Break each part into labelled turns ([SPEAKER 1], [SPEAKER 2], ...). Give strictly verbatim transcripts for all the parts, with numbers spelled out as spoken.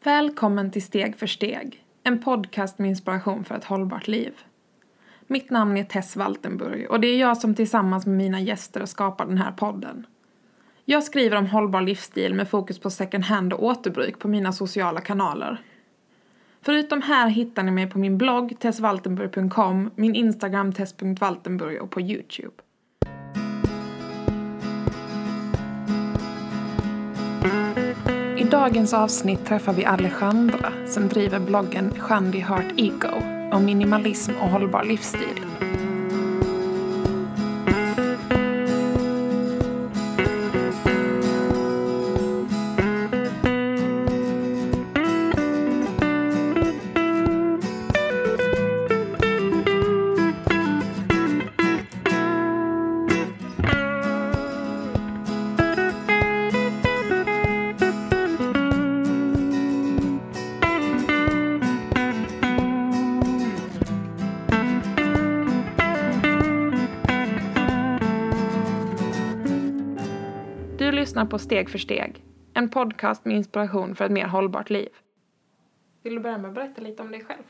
[SPEAKER 1] Välkommen till Steg för steg, en podcast med inspiration för ett hållbart liv. Mitt namn är Tess Waltenburg och det är jag som tillsammans med mina gäster skapar den här podden. Jag skriver om hållbar livsstil med fokus på second hand och återbruk på mina sociala kanaler. Förutom här hittar ni mig på min blogg tess waltenburg punkt com, min Instagram tess punkt waltenburg och på YouTube. I dagens avsnitt träffar vi Alejandra som driver bloggen Shandy Heart Eco om minimalism och hållbar livsstil. Du lyssnar på Steg för steg, en podcast med inspiration för ett mer hållbart liv. Vill du börja med att berätta lite om dig själv?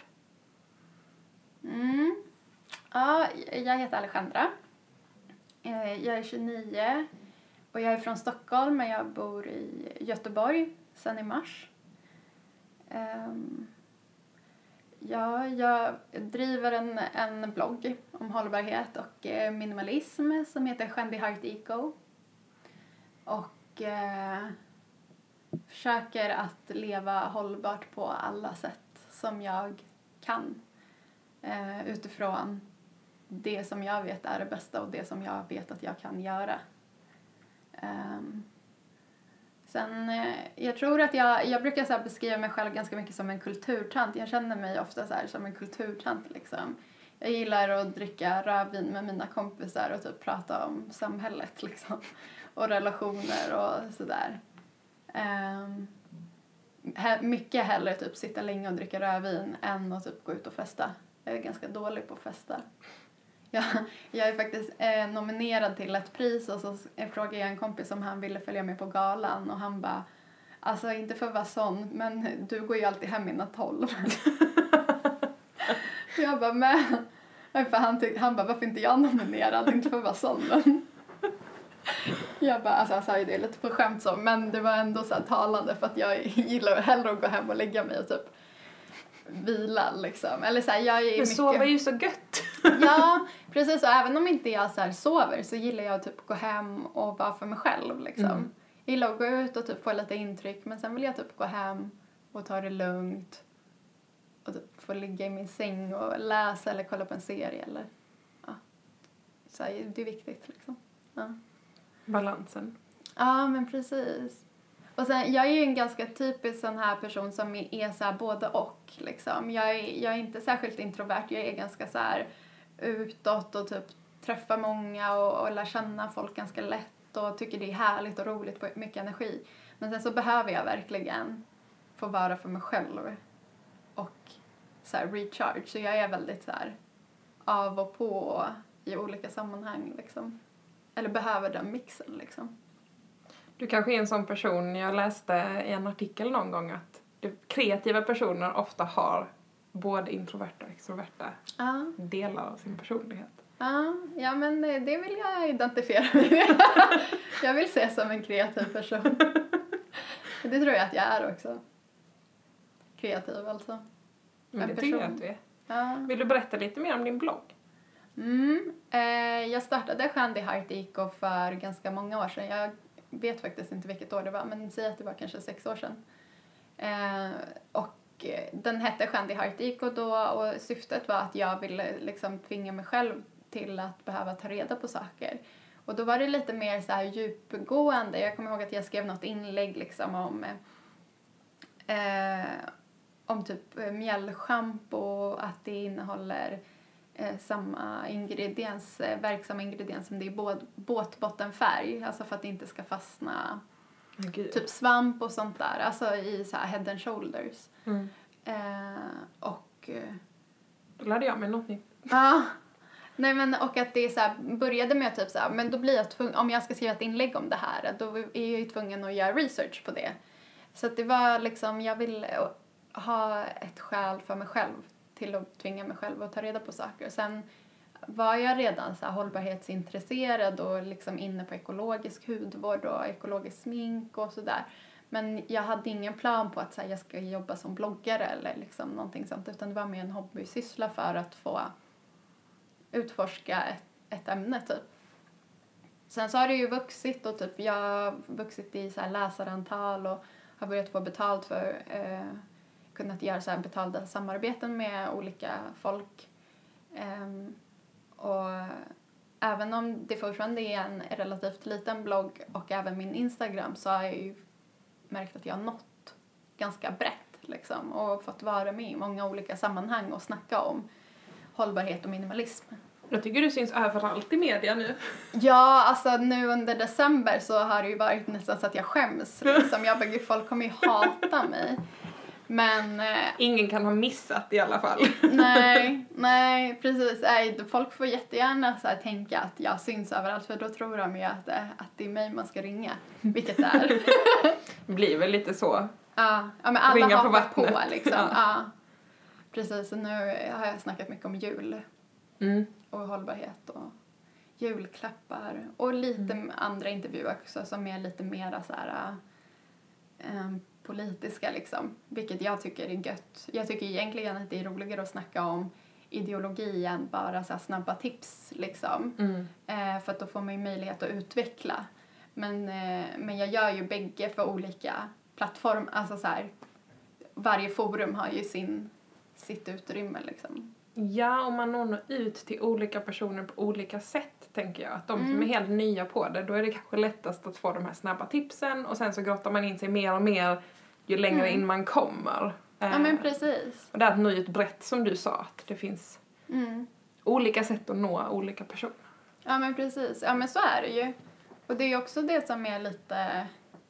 [SPEAKER 2] Mm. Ja, jag heter Alejandra. Jag är tjugonio och jag är från Stockholm, men jag bor i Göteborg sedan i mars. Ja, jag driver en, en blogg om hållbarhet och minimalism som heter Shandy Heart Eco. Och eh, försöker att leva hållbart på alla sätt som jag kan. Eh, utifrån det som jag vet är det bästa och det som jag vet att jag kan göra. Eh, sen, eh, jag tror att jag, jag brukar så här beskriva mig själv ganska mycket som en kulturtant. Jag känner mig ofta så här som en kulturtant liksom. Jag gillar att dricka rödvin med mina kompisar och typ prata om samhället liksom. Och relationer och sådär. Um, he- mycket hellre typ sitta länge och dricka rödvin än att typ gå ut och festa. Jag är ganska dålig på att festa. Jag, jag är faktiskt eh, nominerad till ett pris och så frågade jag en kompis om han ville följa med på galan. Och han bara, alltså inte för att vara sån, men du går ju alltid hem innan tolv. Jag bara, men... För han, tyck, han bara, varför inte jag nominerad? Inte för att vara sån, men... Jag bara, alltså jag sa ju det lite på skämt så, men det var ändå så här talande för att jag gillar hellre att gå hem och lägga mig och typ vila liksom. Eller så här, jag är
[SPEAKER 1] men
[SPEAKER 2] mycket...
[SPEAKER 1] sova är ju så gött.
[SPEAKER 2] Ja, precis. Och även om inte jag så här sover så gillar jag att typ gå hem och vara för mig själv liksom. Mm. Jag gillar att gå ut och typ få lite intryck, men sen vill jag typ gå hem och ta det lugnt och typ få ligga i min säng och läsa eller kolla på en serie eller ja. Så här, det är viktigt liksom. Ja.
[SPEAKER 1] Balansen.
[SPEAKER 2] Ja, men precis. Och sen, jag är ju en ganska typisk sån här person som är så här både och liksom. Jag är, jag är inte särskilt introvert, jag är ganska så här utåt och typ träffar många och, och lär känna folk ganska lätt och tycker det är härligt och roligt och mycket energi. Men sen så behöver jag verkligen få vara för mig själv och så här recharge. Så jag är väldigt så här av och på i olika sammanhang liksom. Eller behöver den mixen liksom.
[SPEAKER 1] Du kanske är en sån person, jag läste i en artikel någon gång att kreativa personer ofta har både introverta och extroverta
[SPEAKER 2] ja.
[SPEAKER 1] delar av sin personlighet.
[SPEAKER 2] Ja, ja, men det vill jag identifiera mig med. Jag vill ses som en kreativ person. Det tror jag att jag är också. Kreativ alltså.
[SPEAKER 1] Men
[SPEAKER 2] en
[SPEAKER 1] det
[SPEAKER 2] person.
[SPEAKER 1] tycker jag att du är.
[SPEAKER 2] Ja.
[SPEAKER 1] Vill du berätta lite mer om din blogg?
[SPEAKER 2] Mm, eh, jag startade Shandy Heart Eco för ganska många år sedan. Jag vet faktiskt inte vilket år det var, men säg att det var kanske sex år sedan. Eh, och den hette Shandy Heart Eco då, och syftet var att jag ville liksom tvinga mig själv till att behöva ta reda på saker. Och då var det lite mer så här djupgående. Jag kommer ihåg att jag skrev något inlägg liksom om eh, om typ mjällschampo, att det innehåller Eh, samma ingrediens, eh, verksamma ingrediens som det är båt, båtbottenfärg, alltså för att det inte ska fastna
[SPEAKER 1] oh,
[SPEAKER 2] typ svamp och sånt där, alltså i så här head and shoulders.
[SPEAKER 1] Mm.
[SPEAKER 2] Eh, och eh,
[SPEAKER 1] då lärde jag mig något nytt.
[SPEAKER 2] Ja, nej men och att det så här, började med typ så här, men då blir jag tvungen, om jag ska skriva ett inlägg om det här, då är jag ju tvungen att göra research på det. Så att det var liksom, jag ville ha ett skäl för mig själv till att tvinga mig själv att ta reda på saker. Sen var jag redan så här hållbarhetsintresserad och liksom inne på ekologisk hudvård och ekologisk smink och sådär. Men jag hade ingen plan på att så här, jag ska jobba som bloggare eller liksom någonting sånt. Utan det var mer en hobbysyssla för att få utforska ett, ett ämne typ. Sen så har det ju vuxit och typ jag har vuxit i så här läsarantal och har börjat få betalt för eh, kunnat göra så här betalda samarbeten med olika folk. Um, och även om det fortfarande är en relativt liten blogg och även min Instagram så har jag ju märkt att jag har nått ganska brett liksom och fått vara med i många olika sammanhang och snacka om hållbarhet och minimalism.
[SPEAKER 1] Jag tycker du syns överallt i media nu.
[SPEAKER 2] Ja, alltså nu under december så har det ju varit nästan så att jag skäms liksom. Jag bara, folk kommer ju hata mig. Men eh,
[SPEAKER 1] ingen kan ha missat i alla fall.
[SPEAKER 2] nej, nej, precis. Nej, folk får jättegärna så här tänka att jag syns överallt för då tror de ju att, att det är mig man ska ringa, vilket det är.
[SPEAKER 1] Det blir väl lite så.
[SPEAKER 2] Ja, ja men alla
[SPEAKER 1] ringa
[SPEAKER 2] hakar
[SPEAKER 1] på,
[SPEAKER 2] på liksom.
[SPEAKER 1] Ja.
[SPEAKER 2] Ja. Precis, och nu har jag snackat mycket om jul
[SPEAKER 1] Mm.
[SPEAKER 2] och hållbarhet och julklappar och lite
[SPEAKER 1] Mm.
[SPEAKER 2] andra intervjuer också som är lite mera så här um, politiska liksom, vilket jag tycker är gött. Jag tycker egentligen att det är roligare att snacka om ideologi än bara så här snabba tips liksom.
[SPEAKER 1] Mm.
[SPEAKER 2] Eh, för att då får man ju möjlighet att utveckla. Men, eh, men jag gör ju bägge för olika plattformar. Alltså så här, varje forum har ju sin, sitt utrymme liksom.
[SPEAKER 1] Ja, och man når ut till olika personer på olika sätt, tänker jag. Att de
[SPEAKER 2] Mm.
[SPEAKER 1] som är helt nya på det, då är det kanske lättast att få de här snabba tipsen. Och sen så grottar man in sig mer och mer ju längre
[SPEAKER 2] Mm.
[SPEAKER 1] in man kommer.
[SPEAKER 2] Ja, men precis.
[SPEAKER 1] Och det är att nå ut brett, som du sa, att det finns
[SPEAKER 2] Mm.
[SPEAKER 1] olika sätt att nå olika personer.
[SPEAKER 2] Ja, men precis. Ja, men så är det ju. Och det är ju också det som är lite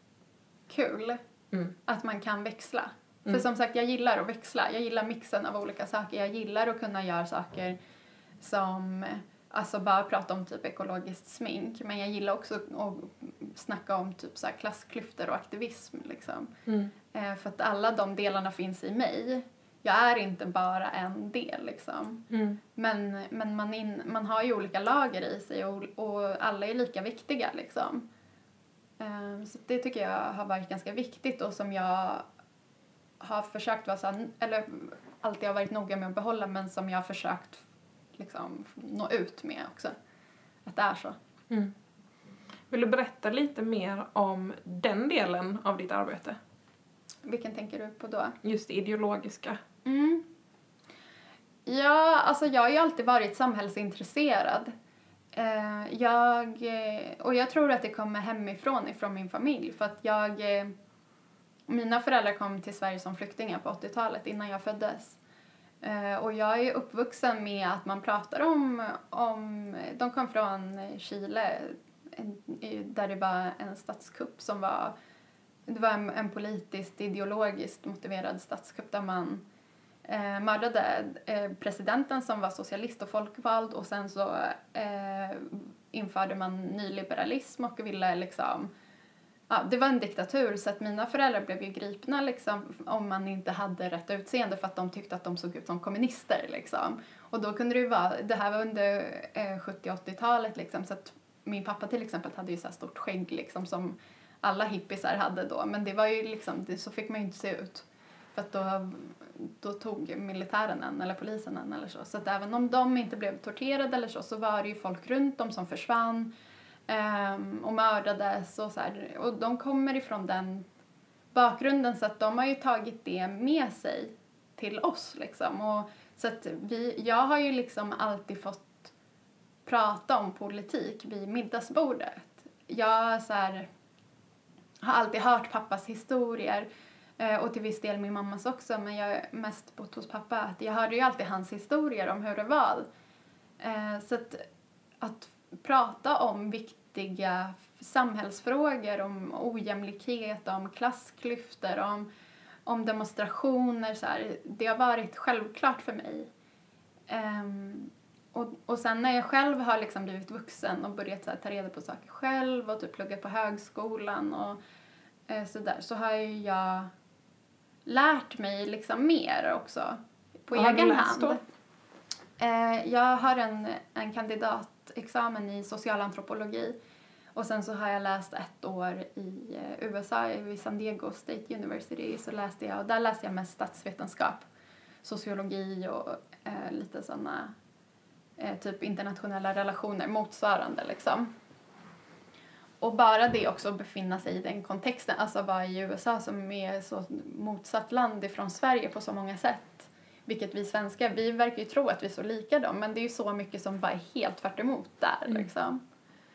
[SPEAKER 2] kul.
[SPEAKER 1] Mm.
[SPEAKER 2] Att man kan växla.
[SPEAKER 1] Mm.
[SPEAKER 2] För som sagt, jag gillar att växla. Jag gillar mixen av olika saker. Jag gillar att kunna göra saker som, alltså bara prata om typ ekologiskt smink. Men jag gillar också att snacka om typ så här klassklyftor och aktivism liksom.
[SPEAKER 1] Mm.
[SPEAKER 2] Eh, för att alla de delarna finns i mig. Jag är inte bara en del liksom.
[SPEAKER 1] Mm.
[SPEAKER 2] Men, men man, in, man har ju olika lager i sig och, och alla är lika viktiga liksom. Um, så det tycker jag har varit ganska viktigt och som jag har försökt vara så här, eller alltid har varit noga med att behålla men som jag har försökt liksom nå ut med också. Att det är så.
[SPEAKER 1] Mm. Vill du berätta lite mer om den delen av ditt arbete?
[SPEAKER 2] Vilken tänker du på då?
[SPEAKER 1] Just det ideologiska.
[SPEAKER 2] Mm. Ja, alltså jag har ju alltid varit samhällsintresserad. Eh, jag, och jag tror att det kommer hemifrån, ifrån min familj. För att jag, mina föräldrar kom till Sverige som flyktingar på åttiotalet innan jag föddes. Eh, och jag är uppvuxen med att man pratar om, om de kom från Chile där det var en statskupp som var, det var en, en politiskt, ideologiskt motiverad statskupp där man Eh, mördade eh, presidenten som var socialist och folkvald och sen så eh, införde man nyliberalism och ville liksom, ja, det var en diktatur så att mina föräldrar blev ju gripna liksom om man inte hade rätt utseende för att de tyckte att de såg ut som kommunister liksom. Och då kunde det ju vara, det här var under eh, sjuttio-åttiotalet liksom så att min pappa till exempel hade ju så här stort skägg liksom som alla hippisar hade då men det var ju liksom, det, så fick man ju inte se ut. För att då, då tog militären en eller polisen en eller så. Så att även om de inte blev torterade eller så så var det ju folk runt dem som försvann um, och mördades och så här. Och de kommer ifrån den bakgrunden så att de har ju tagit det med sig till oss liksom. Och så att vi, jag har ju liksom alltid fått prata om politik vid middagsbordet. Jag så här, har alltid hört pappas historier. Och till viss del min mammas också, men jag är mest bott hos pappa. Att jag hörde ju alltid hans historier om hur det var. Så att, att prata om viktiga samhällsfrågor, om ojämlikhet, om klassklyftor, om, om demonstrationer, så här, det har varit självklart för mig. Och, och sen när jag själv har liksom blivit vuxen och börjat så här, ta reda på saker själv och typ plugga på högskolan och eh, så, där, så har ju jag lärt mig liksom mer också på
[SPEAKER 1] Vad har
[SPEAKER 2] egen
[SPEAKER 1] du läst
[SPEAKER 2] hand.
[SPEAKER 1] då?
[SPEAKER 2] Eh, jag har en, en kandidatexamen i socialantropologi. Och sen så har jag läst ett år i eh, U S A, i San Diego State University. Så läste jag, och där läste jag mest statsvetenskap, sociologi och eh, lite sådana eh, typ internationella relationer, motsvarande liksom. Och bara det också, befinna sig i den kontexten, alltså vara i U S A som är så motsatt land ifrån Sverige på så många sätt. Vilket vi svenskar, vi verkar ju tro att vi är så lika dem, men det är ju så mycket som bara är helt tvärt emot där mm. liksom.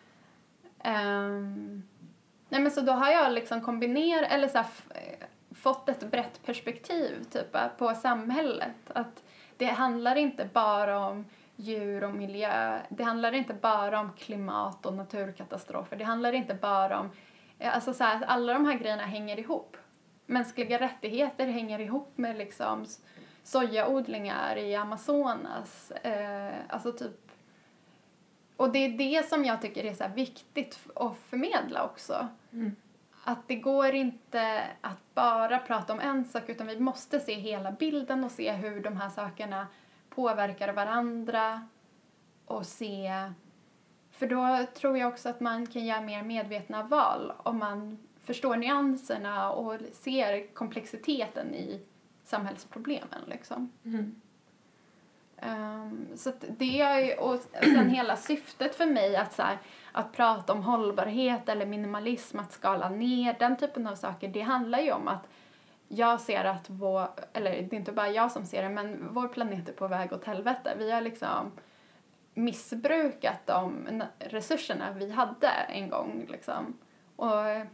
[SPEAKER 2] Um, nej men så då har jag liksom kombinerat, eller så här, f- fått ett brett perspektiv typ på samhället. Att det handlar inte bara om djur och miljö. Det handlar inte bara om klimat och naturkatastrofer. Det handlar inte bara om, alltså så här, alla de här grejerna hänger ihop. Mänskliga rättigheter hänger ihop med liksom sojaodlingar i Amazonas. Eh, alltså typ. Och det är det som jag tycker är så här viktigt att förmedla också. Mm. Att det går inte att bara prata om en sak, utan vi måste se hela bilden och se hur de här sakerna påverkar varandra. Och se, för då tror jag också att man kan göra mer medvetna val om man förstår nyanserna och ser komplexiteten i samhällsproblemen liksom. Mm. Um, så att det är ju, och sen hela syftet för mig att, så här, att prata om hållbarhet eller minimalism, att skala ner den typen av saker, det handlar ju om att jag ser att vår, eller det är inte bara jag som ser det, men vår planet är på väg åt helvete. Vi har liksom missbrukat de resurserna vi hade en gång liksom. Och,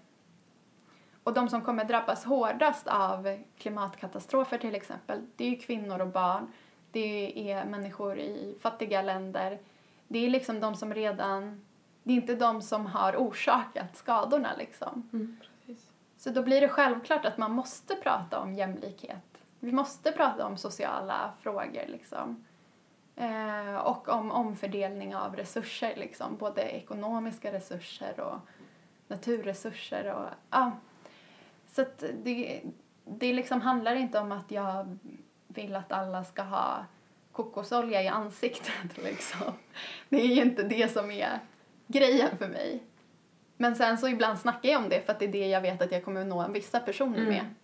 [SPEAKER 2] och de som kommer drabbas hårdast av klimatkatastrofer till exempel, det är ju kvinnor och barn. Det är människor i fattiga länder. Det är liksom de som redan, det är inte de som har orsakat skadorna liksom. Mm, precis. Så då blir det självklart att man måste prata om jämlikhet. Vi måste prata om sociala frågor liksom. Eh, och om omfördelning av resurser liksom. Både ekonomiska resurser och naturresurser. Och, ja. Så att det, det liksom handlar inte om att jag vill att alla ska ha kokosolja i ansiktet liksom. Det är ju inte det som är grejen för mig. Men sen så ibland snackar jag om det för att det är det jag vet att jag kommer att nå vissa personer mm. med.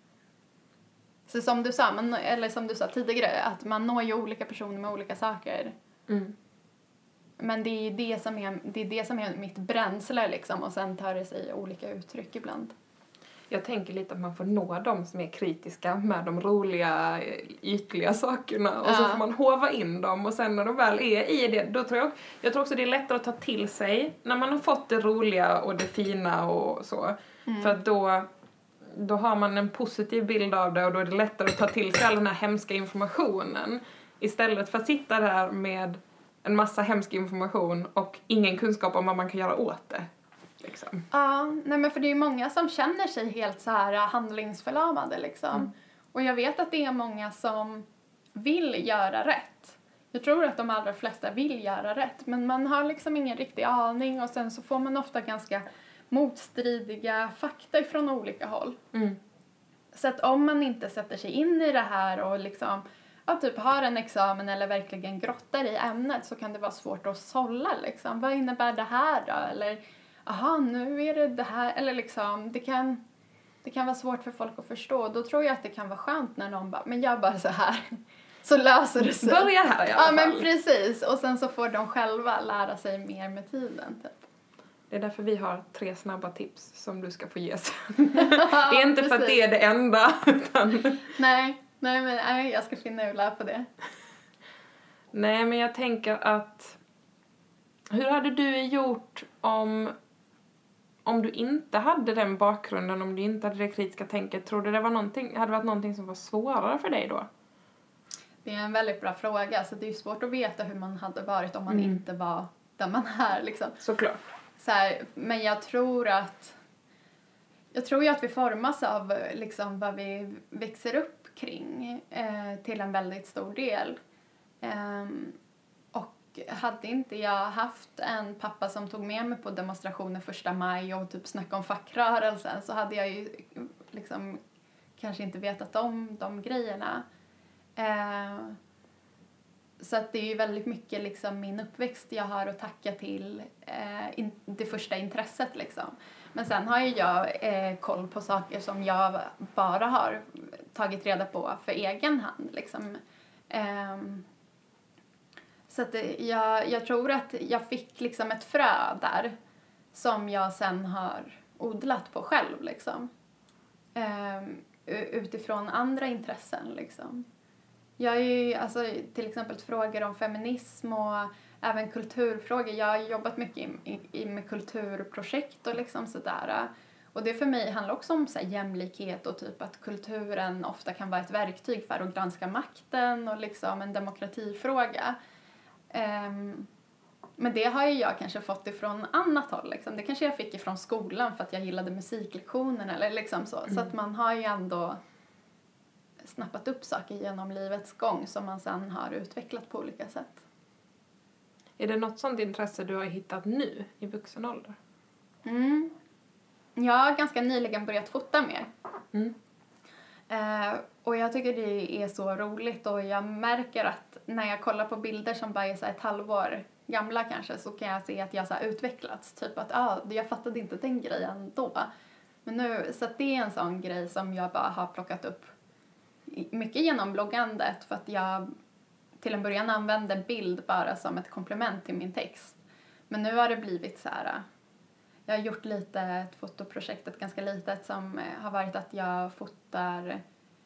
[SPEAKER 2] Så som du sa, man, eller som du sa tidigare, att man når ju olika personer med olika saker. Mm. Men det är det som är, det är det som är mitt bränsle liksom, och sen tar det sig olika uttryck ibland.
[SPEAKER 1] Jag tänker lite att man får nå dem som är kritiska med de roliga, ytliga sakerna. Och ja. Så får man hova in dem. Och sen när de väl är i det, då tror jag, jag tror också det är lättare att ta till sig. När man har fått det roliga och det fina och så. Mm. För att då, då har man en positiv bild av det. Och då är det lättare att ta till sig all den här hemska informationen. Istället för att sitta där med en massa hemsk information och ingen kunskap om vad man kan göra åt det. Liksom.
[SPEAKER 2] Ja, nej men för det är ju många som känner sig helt så här handlingsförlamade liksom. Mm. Och jag vet att det är många som vill göra rätt. Jag tror att de allra flesta vill göra rätt, men man har liksom ingen riktig aning och sen så får man ofta ganska motstridiga fakta från olika håll. Mm. Så att om man inte sätter sig in i det här och liksom ja, typ har en examen eller verkligen grottar i ämnet, så kan det vara svårt att sålla liksom. Vad innebär det här då? Eller aha, nu är det det här, eller liksom, det kan, det kan vara svårt för folk att förstå. Då tror jag att det kan vara skönt när någon bara, men jag bara så här, så löser det sig.
[SPEAKER 1] Börja här i alla fall.
[SPEAKER 2] Ja, men precis. Och sen så får de själva lära sig mer med tiden, typ.
[SPEAKER 1] Det är därför vi har tre snabba tips som du ska få ge sen. Det är inte för att det är det enda, utan...
[SPEAKER 2] Nej, nej, men nej, jag ska finna Ulla på det.
[SPEAKER 1] Nej, men jag tänker att... Hur hade du gjort om... Om du inte hade den bakgrunden, om du inte hade det kritiska tänket, tror du det var någonting, hade varit någonting som var svårare för dig då?
[SPEAKER 2] Det är en väldigt bra fråga. Så det är ju svårt att veta hur man hade varit om man mm. inte var där man är. Liksom.
[SPEAKER 1] Såklart.
[SPEAKER 2] Så här, men jag tror att jag tror ju att vi formas av liksom, vad vi växer upp kring eh, till en väldigt stor del. Eh, och hade inte jag haft en pappa som tog med mig på demonstrationer första maj och typ snackade om fackrörelsen, så hade jag ju liksom kanske inte vetat om de grejerna. Eh, så att det är ju väldigt mycket liksom min uppväxt jag har att tacka till eh, in, det första intresset liksom. Men sen har ju jag eh, koll på saker som jag bara har tagit reda på för egen hand liksom. Eh, så att det, jag, jag tror att jag fick liksom ett frö där som jag sen har odlat på själv liksom. Eh, utifrån andra intressen liksom. Jag är ju, alltså, till exempel frågor om feminism och även kulturfrågor. Jag har jobbat mycket i, i, med kulturprojekt och liksom sådär. Och det för mig handlar också om så här, jämlikhet och typ att kulturen ofta kan vara ett verktyg för att granska makten och liksom en demokratifråga. Um, men det har ju jag kanske fått ifrån annat håll. Liksom. Det kanske jag fick ifrån skolan för att jag gillade musiklektionen eller liksom så. Mm. Så att man har ju ändå snappat upp saker genom livets gång som man sen har utvecklat på olika sätt.
[SPEAKER 1] Är det något sånt intresse du har hittat nu i vuxen ålder?
[SPEAKER 2] Mm. Jag har ganska nyligen börjat fota mer.
[SPEAKER 1] Mm.
[SPEAKER 2] Eh, och jag tycker det är så roligt och jag märker att när jag kollar på bilder som bara är så här ett halvår gamla kanske, så kan jag se att jag så här utvecklats. Typ att ah, jag fattade inte den grejen då. Men nu, så att det är en sån grej som jag bara har plockat upp mycket genom bloggandet, för att jag till en början använde bild bara som ett komplement till min text. Men nu har det blivit så här, jag har gjort lite ett fotoprojekt, ett ganska litet, som har varit att jag fotar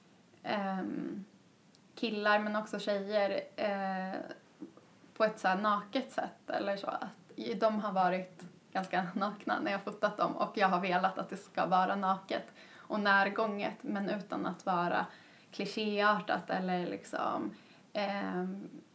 [SPEAKER 2] um, killar men också tjejer uh, på ett så här naket sätt eller så. Att de har varit ganska nakna när jag fotat dem och jag har velat att det ska vara naket och närgånget men utan att vara klichéartat eller liksom eh,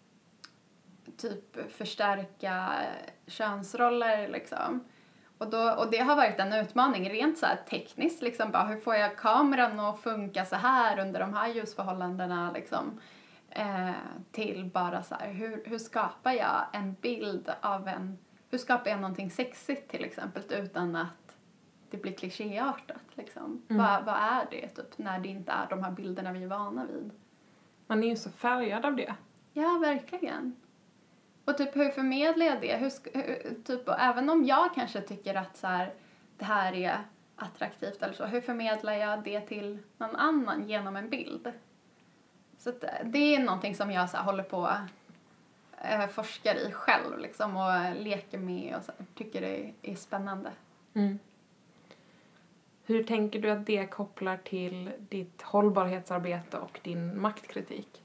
[SPEAKER 2] typ förstärka könsroller liksom. Och, då, och det har varit en utmaning rent så här tekniskt liksom, bara hur får jag kameran att funka så här under de här ljusförhållandena liksom, eh, till bara så här, hur, hur skapar jag en bild av en, hur skapar jag någonting sexigt till exempel utan att det blir klichéartat liksom. Mm. Vad, vad är det typ när det inte är de här bilderna vi är vana vid?
[SPEAKER 1] Man är ju så färgad av det.
[SPEAKER 2] Ja, verkligen. Och typ hur förmedlar jag det? Hur, hur, typ, och även om jag kanske tycker att så här, det här är attraktivt eller så, hur förmedlar jag det till någon annan genom en bild? Så att det är någonting som jag så här, håller på äh, forskar i själv liksom, och leker med och så här, tycker det är spännande.
[SPEAKER 1] Mm. Hur tänker du att det kopplar till ditt hållbarhetsarbete och din maktkritik?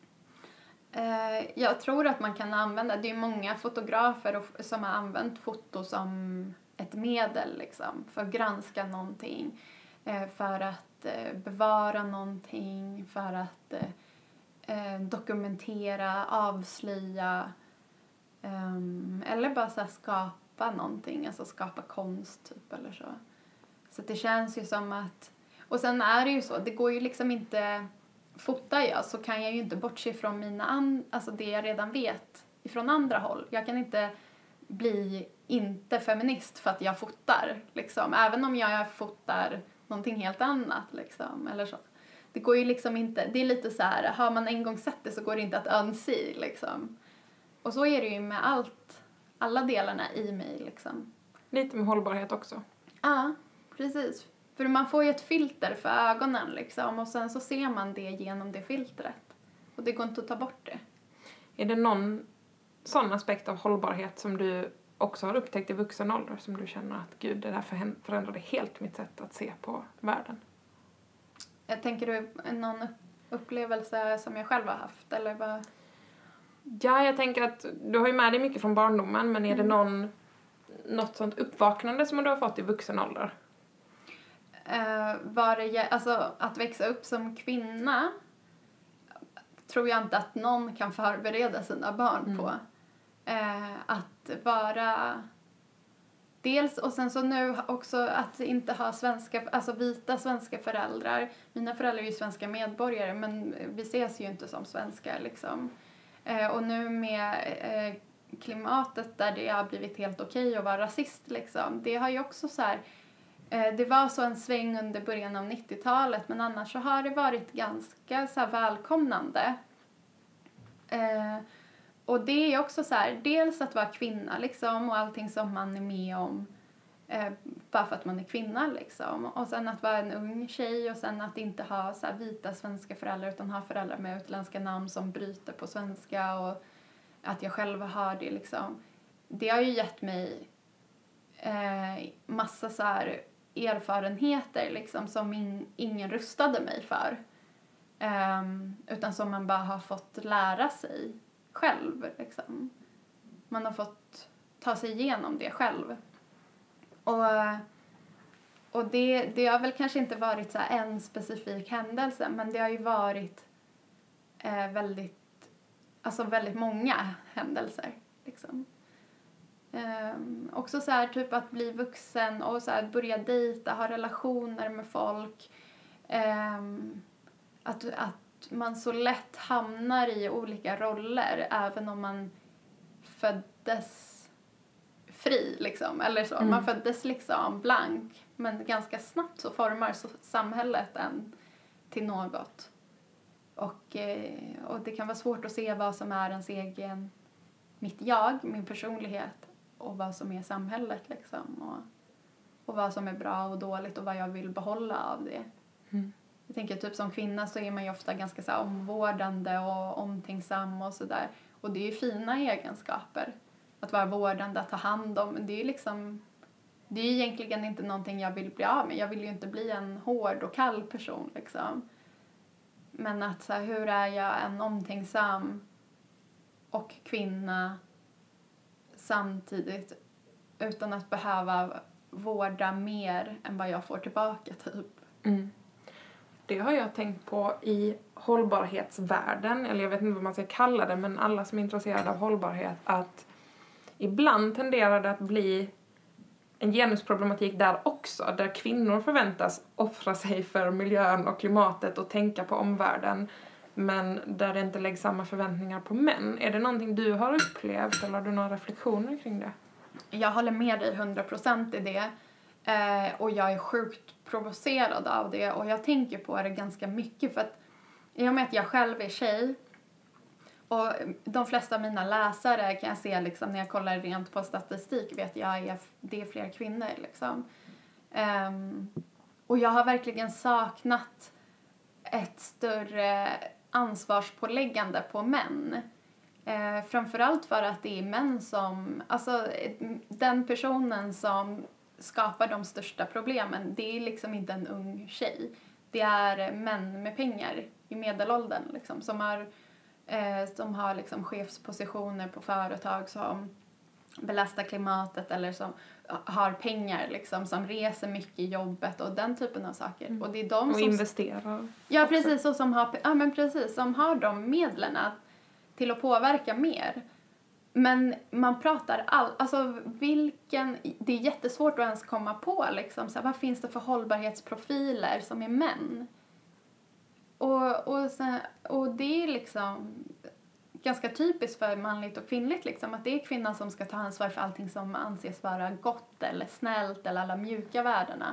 [SPEAKER 2] Eh, jag tror att man kan använda, det är många fotografer som har använt foto som ett medel liksom, för att granska någonting, eh, för att eh, bevara någonting, för att eh, dokumentera, avslöja eh, eller bara så här, skapa någonting, alltså skapa konst typ eller så. Så det känns ju som att, och sen är det ju så, det går ju liksom inte, fotar jag så kan jag ju inte bortse från mina an, alltså det jag redan vet ifrån andra håll. Jag kan inte bli inte feminist för att jag fotar liksom, även om jag fotar någonting helt annat liksom eller så. Det går ju liksom inte, det är lite så här, har man en gång sett det så går det inte att unse liksom. Och så är det ju med allt, alla delarna i mig liksom.
[SPEAKER 1] Lite med hållbarhet också.
[SPEAKER 2] Ja, precis. För man får ju ett filter för ögonen liksom, och sen så ser man det genom det filtret. Och det går inte att ta bort det.
[SPEAKER 1] Är det någon sån aspekt av hållbarhet som du också har upptäckt i vuxen ålder, som du känner att gud, det där förändrade helt mitt sätt att se på världen?
[SPEAKER 2] Jag tänker du någon upplevelse som jag själv har haft eller vad?
[SPEAKER 1] Ja, jag tänker att du har ju med dig mycket från barndomen, men är mm. det någon något sånt uppvaknande som du har fått i vuxen ålder?
[SPEAKER 2] Uh, var det, alltså att växa upp som kvinna tror jag inte att någon kan förbereda sina barn mm. på. Uh, att vara dels, och sen så nu också att inte ha svenska, alltså vita svenska föräldrar. Mina föräldrar är ju svenska medborgare, men vi ses ju inte som svenskar liksom. Uh, och nu med uh, klimatet där det har blivit helt okej att vara rasist liksom. Det har ju också så här, eh, det var så en sväng under början av nittiotalet, men annars så har det varit ganska så här välkomnande. Eh, och det är också så här, dels att vara kvinna liksom och allting som man är med om eh, bara för att man är kvinna liksom. Och sen att vara en ung tjej och sen att inte ha så här vita svenska föräldrar utan ha föräldrar med utländska namn som bryter på svenska och att jag själv har det liksom. Det har ju gett mig eh, massa så här erfarenheter liksom som in, ingen rustade mig för. Um, utan som man bara har fått lära sig själv liksom. Man har fått ta sig igenom det själv. Och, och det, det har väl kanske inte varit så här en specifik händelse, men det har ju varit eh, väldigt, alltså väldigt många händelser liksom. Um, också så här typ att bli vuxen och så här börja dejta, ha relationer med folk. Um, att, att man så lätt hamnar i olika roller även om man föddes fri liksom, eller så. Mm. Man föddes liksom blank, men ganska snabbt så formar så samhället en till något. Och, eh, och det kan vara svårt att se vad som är ens egen, mitt jag, min personlighet och vad som är samhället liksom. Och, och vad som är bra och dåligt och vad jag vill behålla av det. Mm. Jag tänker typ som kvinna så är man ju ofta ganska så här omvårdande och omtänksam och sådär. Och det är ju fina egenskaper. Att vara vårdande, att ta hand om. Det är ju liksom, det är ju egentligen inte någonting jag vill bli av med. Jag vill ju inte bli en hård och kall person liksom. Men att så här, hur är jag en omtänksam och kvinna samtidigt utan att behöva vårda mer än vad jag får tillbaka typ.
[SPEAKER 1] Mm. Det har jag tänkt på i hållbarhetsvärlden, eller jag vet inte vad man ska kalla det, men alla som är intresserade av hållbarhet, att ibland tenderar det att bli en genusproblematik där också, där kvinnor förväntas offra sig för miljön och klimatet och tänka på omvärlden, men där det inte läggs samma förväntningar på män. Är det någonting du har upplevt eller har du några reflektioner kring det?
[SPEAKER 2] Jag håller med dig hundra procent i det. Eh, och jag är sjukt provocerad av det. Och jag tänker på det ganska mycket. För att i och med att jag själv är tjej. Och de flesta av mina läsare kan jag se liksom, när jag kollar rent på statistik. Vet jag är, det är fler kvinnor liksom. Eh, och jag har verkligen saknat ett större ansvarspåläggande på män. Eh, framförallt för att det är män som, alltså den personen som skapar de största problemen, det är liksom inte en ung tjej. Det är män med pengar i medelåldern liksom, som har, eh, som har liksom chefspositioner på företag som belastar klimatet eller som har pengar liksom, som reser mycket i jobbet och den typen av saker.
[SPEAKER 1] Mm.
[SPEAKER 2] Och det är de
[SPEAKER 1] och
[SPEAKER 2] som
[SPEAKER 1] investerar.
[SPEAKER 2] Ja, precis, och som har ja men precis, som har de medlen till att påverka mer. Men man pratar all alltså vilken det är jättesvårt att ens komma på liksom så här, vad finns det för hållbarhetsprofiler som är män? Och och sen, och det är liksom ganska typiskt för manligt och kvinnligt liksom, att det är kvinnan som ska ta ansvar för allting som anses vara gott eller snällt eller alla mjuka värdena.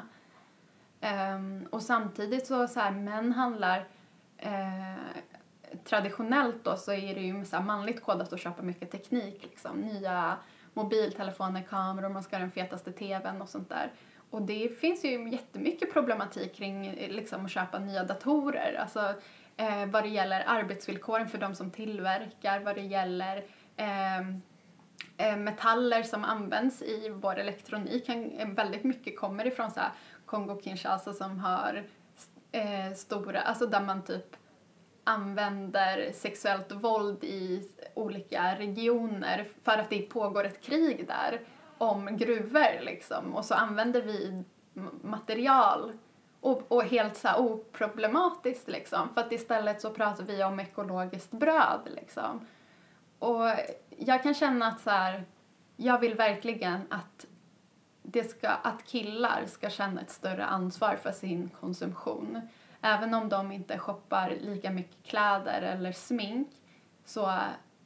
[SPEAKER 2] Um, och samtidigt så, så här, män handlar uh, traditionellt då så är det ju så här manligt kodat att köpa mycket teknik liksom, nya mobiltelefoner, kameror, man ska ha den fetaste tvn och sånt där. Och det finns ju jättemycket problematik kring liksom att köpa nya datorer, alltså Eh, vad det gäller arbetsvillkoren för de som tillverkar, vad det gäller eh, eh, metaller som används i vår elektronik. Eh, väldigt mycket kommer ifrån så här Kongo-Kinshasa som har eh, stora, alltså där man typ använder sexuellt våld i olika regioner för att det pågår ett krig där om gruvor liksom. Och så använder vi material Och, och helt så här oproblematiskt liksom. För att istället så pratar vi om ekologiskt bröd liksom. Och jag kan känna att så här, jag vill verkligen att det ska, att killar ska känna ett större ansvar för sin konsumtion. Även om de inte shoppar lika mycket kläder eller smink så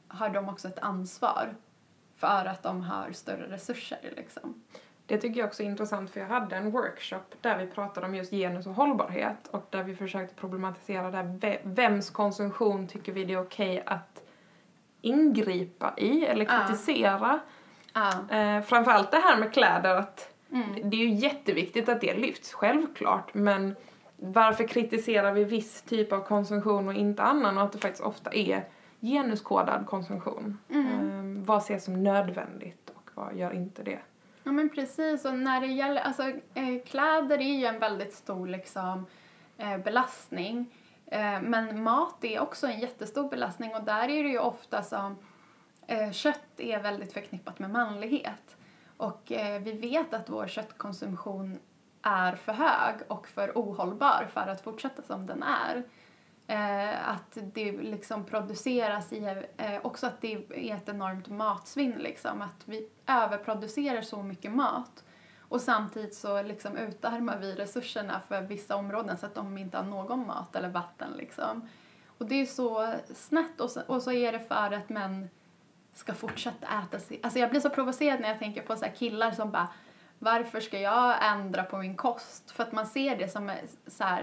[SPEAKER 2] har de också ett ansvar för att de har större resurser liksom.
[SPEAKER 1] Det tycker jag också är intressant, för jag hade en workshop där vi pratade om just genus och hållbarhet och där vi försökte problematisera där vems konsumtion tycker vi det är okej att ingripa i eller kritisera.
[SPEAKER 2] Ja.
[SPEAKER 1] Eh, framförallt det här med kläder, att
[SPEAKER 2] Mm.
[SPEAKER 1] det är ju jätteviktigt att det lyfts, självklart, men varför kritiserar vi viss typ av konsumtion och inte annan, och att det faktiskt ofta är genuskodad konsumtion.
[SPEAKER 2] Mm.
[SPEAKER 1] Eh, vad ses som nödvändigt och vad gör inte det?
[SPEAKER 2] Ja men precis, och när det gäller, alltså eh, kläder är ju en väldigt stor liksom eh, belastning. Eh, men mat är också en jättestor belastning, och där är det ju ofta som eh, kött är väldigt förknippat med manlighet. Och eh, vi vet att vår köttkonsumtion är för hög och för ohållbar för att fortsätta som den är. Eh, att det liksom produceras i, eh, också att det är ett enormt matsvinn liksom, att vi överproducerar så mycket mat och samtidigt så liksom utarmar vi resurserna för vissa områden så att de inte har någon mat eller vatten liksom. Och det är så snett, och så, och så är det för att män ska fortsätta äta sig. Alltså jag blir så provocerad när jag tänker på så här killar som bara, varför ska jag ändra på min kost? För att man ser det som så här,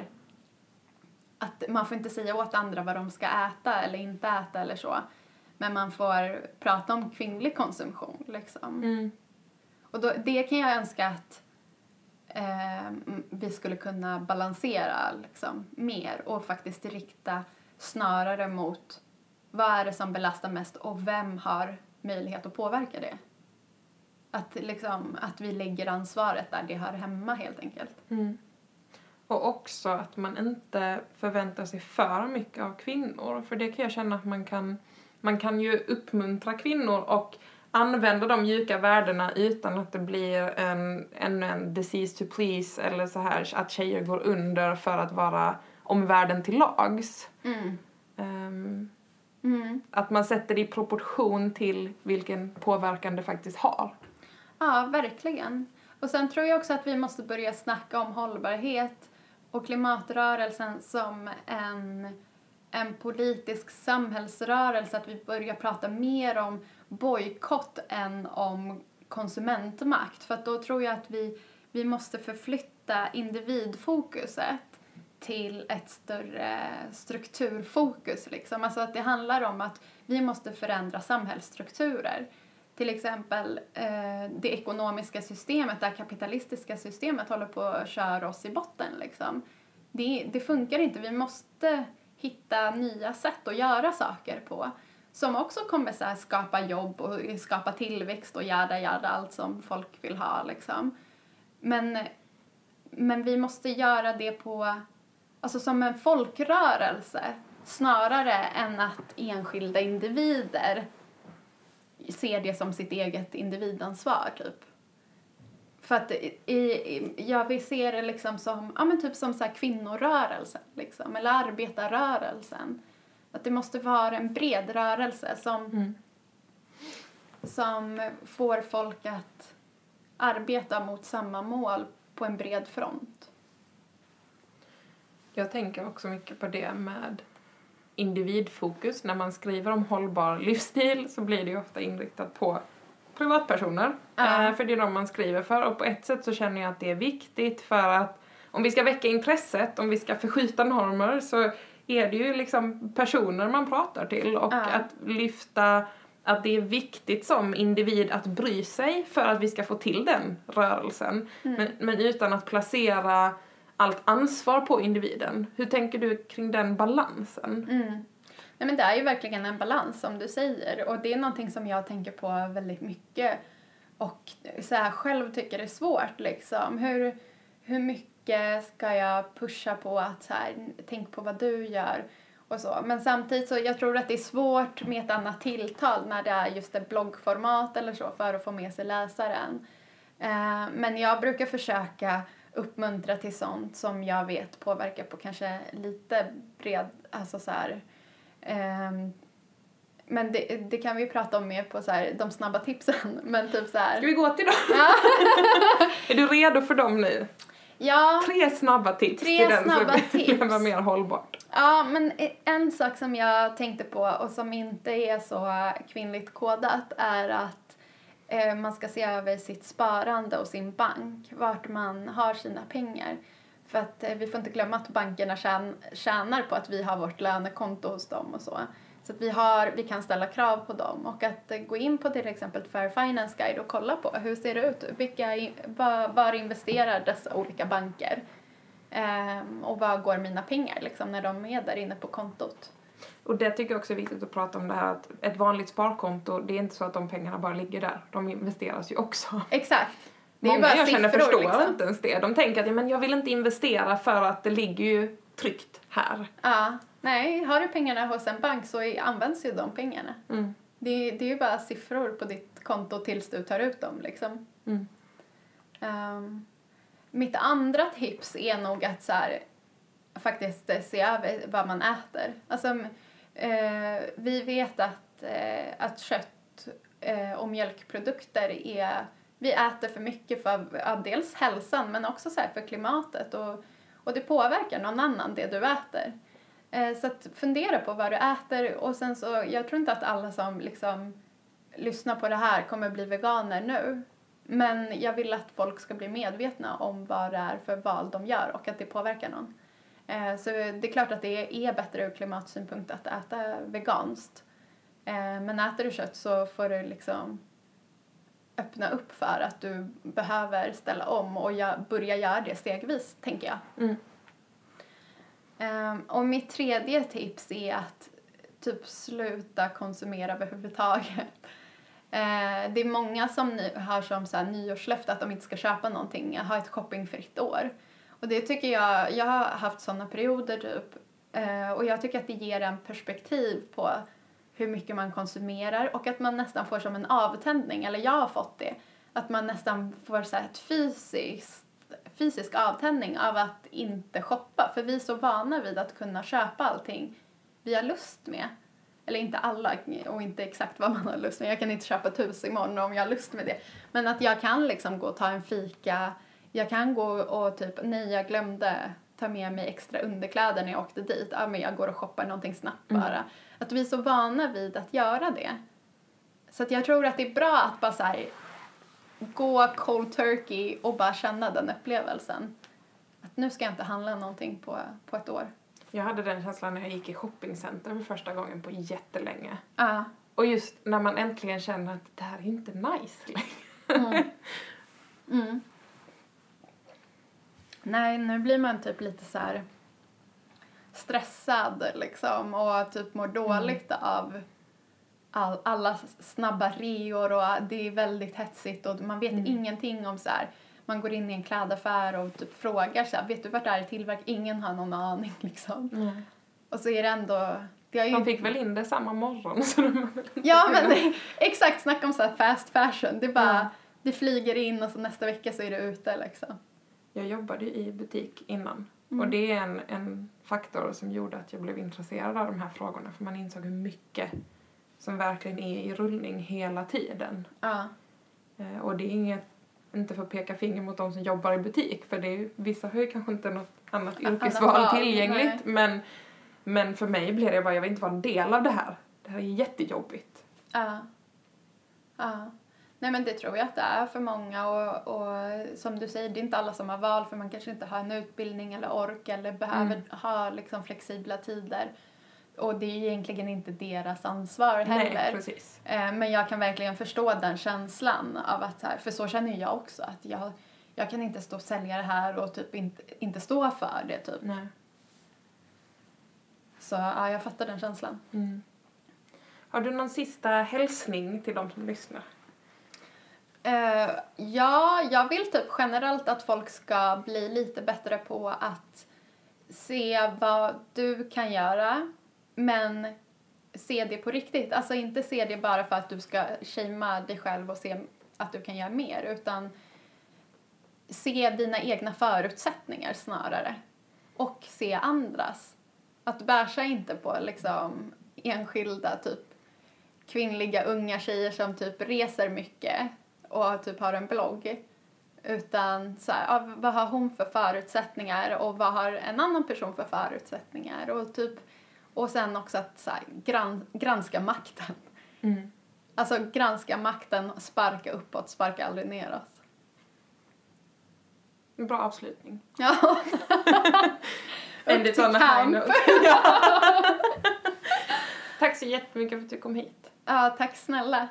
[SPEAKER 2] att man får inte säga åt andra vad de ska äta eller inte äta eller så. Men man får prata om kvinnlig konsumtion liksom.
[SPEAKER 1] Mm.
[SPEAKER 2] Och då, det kan jag önska att eh, vi skulle kunna balansera liksom, mer och faktiskt rikta snarare mot vad är det som belastar mest och vem har möjlighet att påverka det. Att, liksom, att vi lägger ansvaret där det hör hemma helt enkelt.
[SPEAKER 1] Mm. Och också att man inte förväntar sig för mycket av kvinnor. För det kan jag känna att man kan, man kan ju uppmuntra kvinnor och använda de mjuka värdena utan att det blir en, en, en disease to please eller så här att tjejer går under för att vara om världen till lags.
[SPEAKER 2] Mm.
[SPEAKER 1] Um,
[SPEAKER 2] Mm.
[SPEAKER 1] Att man sätter det i proportion till vilken påverkan det faktiskt har.
[SPEAKER 2] Ja, verkligen. Och sen tror jag också att vi måste börja snacka om hållbarhet och klimatrörelsen som en, en politisk samhällsrörelse. Att vi börjar prata mer om bojkott än om konsumentmakt. För att då tror jag att vi, vi måste förflytta individfokuset till ett större strukturfokus. Liksom. Alltså att det handlar om att vi måste förändra samhällsstrukturer. Till exempel eh, det ekonomiska systemet, det kapitalistiska systemet håller på att köra oss i botten. Liksom. Det, det funkar inte. Vi måste hitta nya sätt att göra saker på. Som också kommer så här, skapa jobb och skapa tillväxt och jada jada allt som folk vill ha. Liksom. Men, men vi måste göra det på, alltså som en folkrörelse snarare än att enskilda individer ser det som sitt eget individansvar typ. För att i, i, ja, vi ser det liksom som, ja, men typ som så här kvinnorörelsen liksom, eller arbetarrörelsen. Att det måste vara en bred rörelse som,
[SPEAKER 1] Mm.
[SPEAKER 2] som får folk att arbeta mot samma mål på en bred front.
[SPEAKER 1] Jag tänker också mycket på det med individfokus. När man skriver om hållbar livsstil så blir det ju ofta inriktat på privatpersoner.
[SPEAKER 2] Ja.
[SPEAKER 1] Eh, för det är de man skriver för. Och på ett sätt så känner jag att det är viktigt för att om vi ska väcka intresset, om vi ska förskjuta normer, så är det ju liksom personer man pratar till. Och
[SPEAKER 2] Ja.
[SPEAKER 1] att lyfta att det är viktigt som individ att bry sig för att vi ska få till den rörelsen.
[SPEAKER 2] Mm.
[SPEAKER 1] Men, men utan att placera allt ansvar på individen. Hur tänker du kring den balansen?
[SPEAKER 2] Mm. Nej, men det är ju verkligen en balans som du säger. Och det är någonting som jag tänker på väldigt mycket. Och så här, själv tycker det är svårt liksom. Hur, hur mycket ska jag pusha på att så här, tänk på vad du gör och så. Men samtidigt så jag tror att det är svårt med ett annat tilltal när det är just ett bloggformat eller så för att få med sig läsaren. Eh, men jag brukar försöka uppmuntra till sånt som jag vet påverkar på kanske lite bred, alltså så här, um, men det, det kan vi prata om mer på så här, de snabba tipsen, men typ så här.
[SPEAKER 1] Ska vi gå till dem?
[SPEAKER 2] Ja.
[SPEAKER 1] Är du redo för dem nu?
[SPEAKER 2] Ja.
[SPEAKER 1] Tre snabba tips
[SPEAKER 2] Tre
[SPEAKER 1] till den
[SPEAKER 2] snabba
[SPEAKER 1] som vill
[SPEAKER 2] tips.
[SPEAKER 1] leva mer hållbart.
[SPEAKER 2] Ja, men en sak som jag tänkte på och som inte är så kvinnligt kodat är att eh, man ska se över sitt sparande och sin bank, vart man har sina pengar. För att eh, vi får inte glömma att bankerna tjän- tjänar på att vi har vårt lönekonto hos dem och så. Så att vi, har, vi kan ställa krav på dem. Och att eh, gå in på till exempel Fair Finance Guide och kolla på hur ser det ut? Vilka, var, var investerar dessa olika banker? Um, och vad går mina pengar liksom, när de är där inne på kontot.
[SPEAKER 1] Och det tycker jag också är viktigt att prata om det här att ett vanligt sparkonto, det är inte så att de pengarna bara ligger där. De investeras ju också.
[SPEAKER 2] Exakt. Det är
[SPEAKER 1] Många
[SPEAKER 2] bara
[SPEAKER 1] jag känner
[SPEAKER 2] siffror,
[SPEAKER 1] förstår
[SPEAKER 2] liksom.
[SPEAKER 1] inte ens det. De tänker att men jag vill inte investera för att det ligger ju tryggt här.
[SPEAKER 2] Ja, nej, har du pengarna hos en bank så är, används ju de pengarna.
[SPEAKER 1] Mm.
[SPEAKER 2] Det, det är ju bara siffror på ditt konto tills du tar ut dem liksom.
[SPEAKER 1] Mm.
[SPEAKER 2] Um, mitt andra tips är nog att så här, faktiskt se över vad man äter. Alltså, eh, vi vet att, eh, att kött eh, och mjölkprodukter är... Vi äter för mycket för ja, dels hälsan men också så här för klimatet. Och, och det påverkar någon annan det du äter. Eh, så att fundera på vad du äter. Och sen så, jag tror inte att alla som liksom lyssnar på det här kommer bli veganer nu. Men jag vill att folk ska bli medvetna om vad det är för val de gör och att det påverkar någon. Eh, så det är klart att det är bättre ur klimatsynpunkt att äta veganskt. Eh, men äter du kött så får du liksom öppna upp för att du behöver ställa om och jag börja göra det stegvis, tänker jag.
[SPEAKER 1] Mm.
[SPEAKER 2] Eh, och mitt tredje tips är att typ sluta konsumera överhuvudtaget. Eh, det är många som nu har som så här nyårslöfte att de inte ska köpa någonting, ha ett shoppingfritt år. Och det tycker jag, jag har haft sådana perioder typ. Eh, och jag tycker att det ger en perspektiv på hur mycket man konsumerar. Och att man nästan får som en avtändning, eller jag har fått det. Att man nästan får så här ett fysiskt, fysisk avtändning av att inte shoppa. För vi är så vana vid att kunna köpa allting vi har lust med. Eller inte alla och inte exakt vad man har lust med. Jag kan inte köpa ett hus imorgon om jag har lust med det. Men att jag kan liksom gå och ta en fika. Jag kan gå och typ, nej jag glömde ta med mig extra underkläder när jag åkte dit. Ja men jag går och shoppar någonting snabbt bara. Mm. Att vi är så vana vid att göra det. Så att jag tror att det är bra att bara så här, gå cold turkey och bara känna den upplevelsen. Att nu ska jag inte handla någonting på, på ett år.
[SPEAKER 1] Jag hade den känslan när jag gick i shoppingcenter för första gången på jättelänge.
[SPEAKER 2] Ja.
[SPEAKER 1] Och just när man äntligen känner att det här är inte nice längre.
[SPEAKER 2] Mm. Mm. Nej, nu blir man typ lite så här stressad liksom och typ mår dåligt mm. av all, alla snabba reor och det är väldigt hetsigt och man vet mm. ingenting om så här. Man går in i en klädaffär och typ frågar så här, vet du vart det här är tillverkat? Ingen har någon aning liksom. Mm. Och så är det ändå... Det ju...
[SPEAKER 1] De fick väl in det samma morgon så de...
[SPEAKER 2] Ja men det, exakt, snacka om så här fast fashion. Det bara, mm. det flyger in och så nästa vecka så är det ute liksom.
[SPEAKER 1] Jag jobbade i butik innan.
[SPEAKER 2] Mm.
[SPEAKER 1] Och det är en, en faktor som gjorde att jag blev intresserad av de här frågorna. För man insåg hur mycket som verkligen är i rullning hela tiden.
[SPEAKER 2] Ja.
[SPEAKER 1] Eh, och det är inget, inte för att peka finger mot de som jobbar i butik. För det är, vissa har ju kanske inte något annat yrkesval tillgängligt. Men, men för mig blev det bara, jag vill inte vara en del av det här. Det här är jättejobbigt.
[SPEAKER 2] Ja. Ja. Nej men det tror jag att det är för många och, och som du säger, det är inte alla som har val för man kanske inte har en utbildning eller ork eller behöver mm. ha liksom flexibla tider. Och det är egentligen inte deras ansvar heller.
[SPEAKER 1] Nej, precis.
[SPEAKER 2] Men jag kan verkligen förstå den känslan av att, för så känner jag också, att jag, jag kan inte stå och sälja det här och typ inte, inte stå för det typ.
[SPEAKER 1] Nej.
[SPEAKER 2] Så ja, jag fattar den känslan.
[SPEAKER 1] Mm. Har du någon sista hälsning till de som lyssnar?
[SPEAKER 2] Uh, ja, jag vill typ generellt att folk ska bli lite bättre på att se vad du kan göra, men se det på riktigt. Alltså inte se det bara för att du ska shamea dig själv och se att du kan göra mer, utan se dina egna förutsättningar snarare. Och se andras. Att bärsa inte på liksom enskilda typ kvinnliga unga tjejer som typ reser mycket och typ har en blogg. Utan så här, ja, vad har hon för förutsättningar och vad har en annan person för förutsättningar. Och, typ, och sen också att så här, gran, granska makten.
[SPEAKER 1] Mm.
[SPEAKER 2] Alltså granska makten, sparka uppåt, sparka aldrig neråt.
[SPEAKER 1] En bra avslutning.
[SPEAKER 2] Ja.
[SPEAKER 1] Upp till kamp. Ja. Tack så jättemycket för att du kom hit.
[SPEAKER 2] Ja, tack snälla.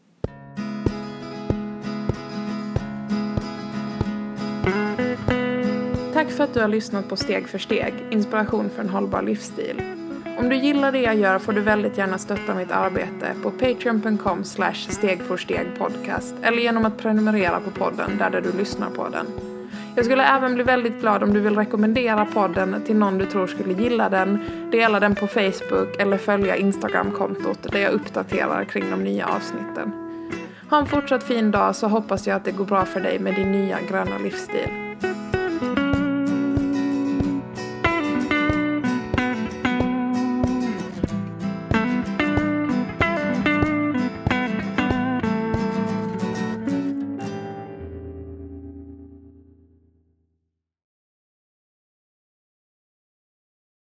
[SPEAKER 1] Tack för att du har lyssnat på Steg för steg, inspiration för en hållbar livsstil. Om du gillar det jag gör får du väldigt gärna stötta mitt arbete på patreon dot com slash steg för steg podcast eller genom att prenumerera på podden där, där du lyssnar på den. Jag skulle även bli väldigt glad om du vill rekommendera podden till någon du tror skulle gilla den, dela den på Facebook eller följa Instagram-kontot där jag uppdaterar kring de nya avsnitten. Ha en fortsatt fin dag, så hoppas jag att det går bra för dig med din nya gröna livsstil.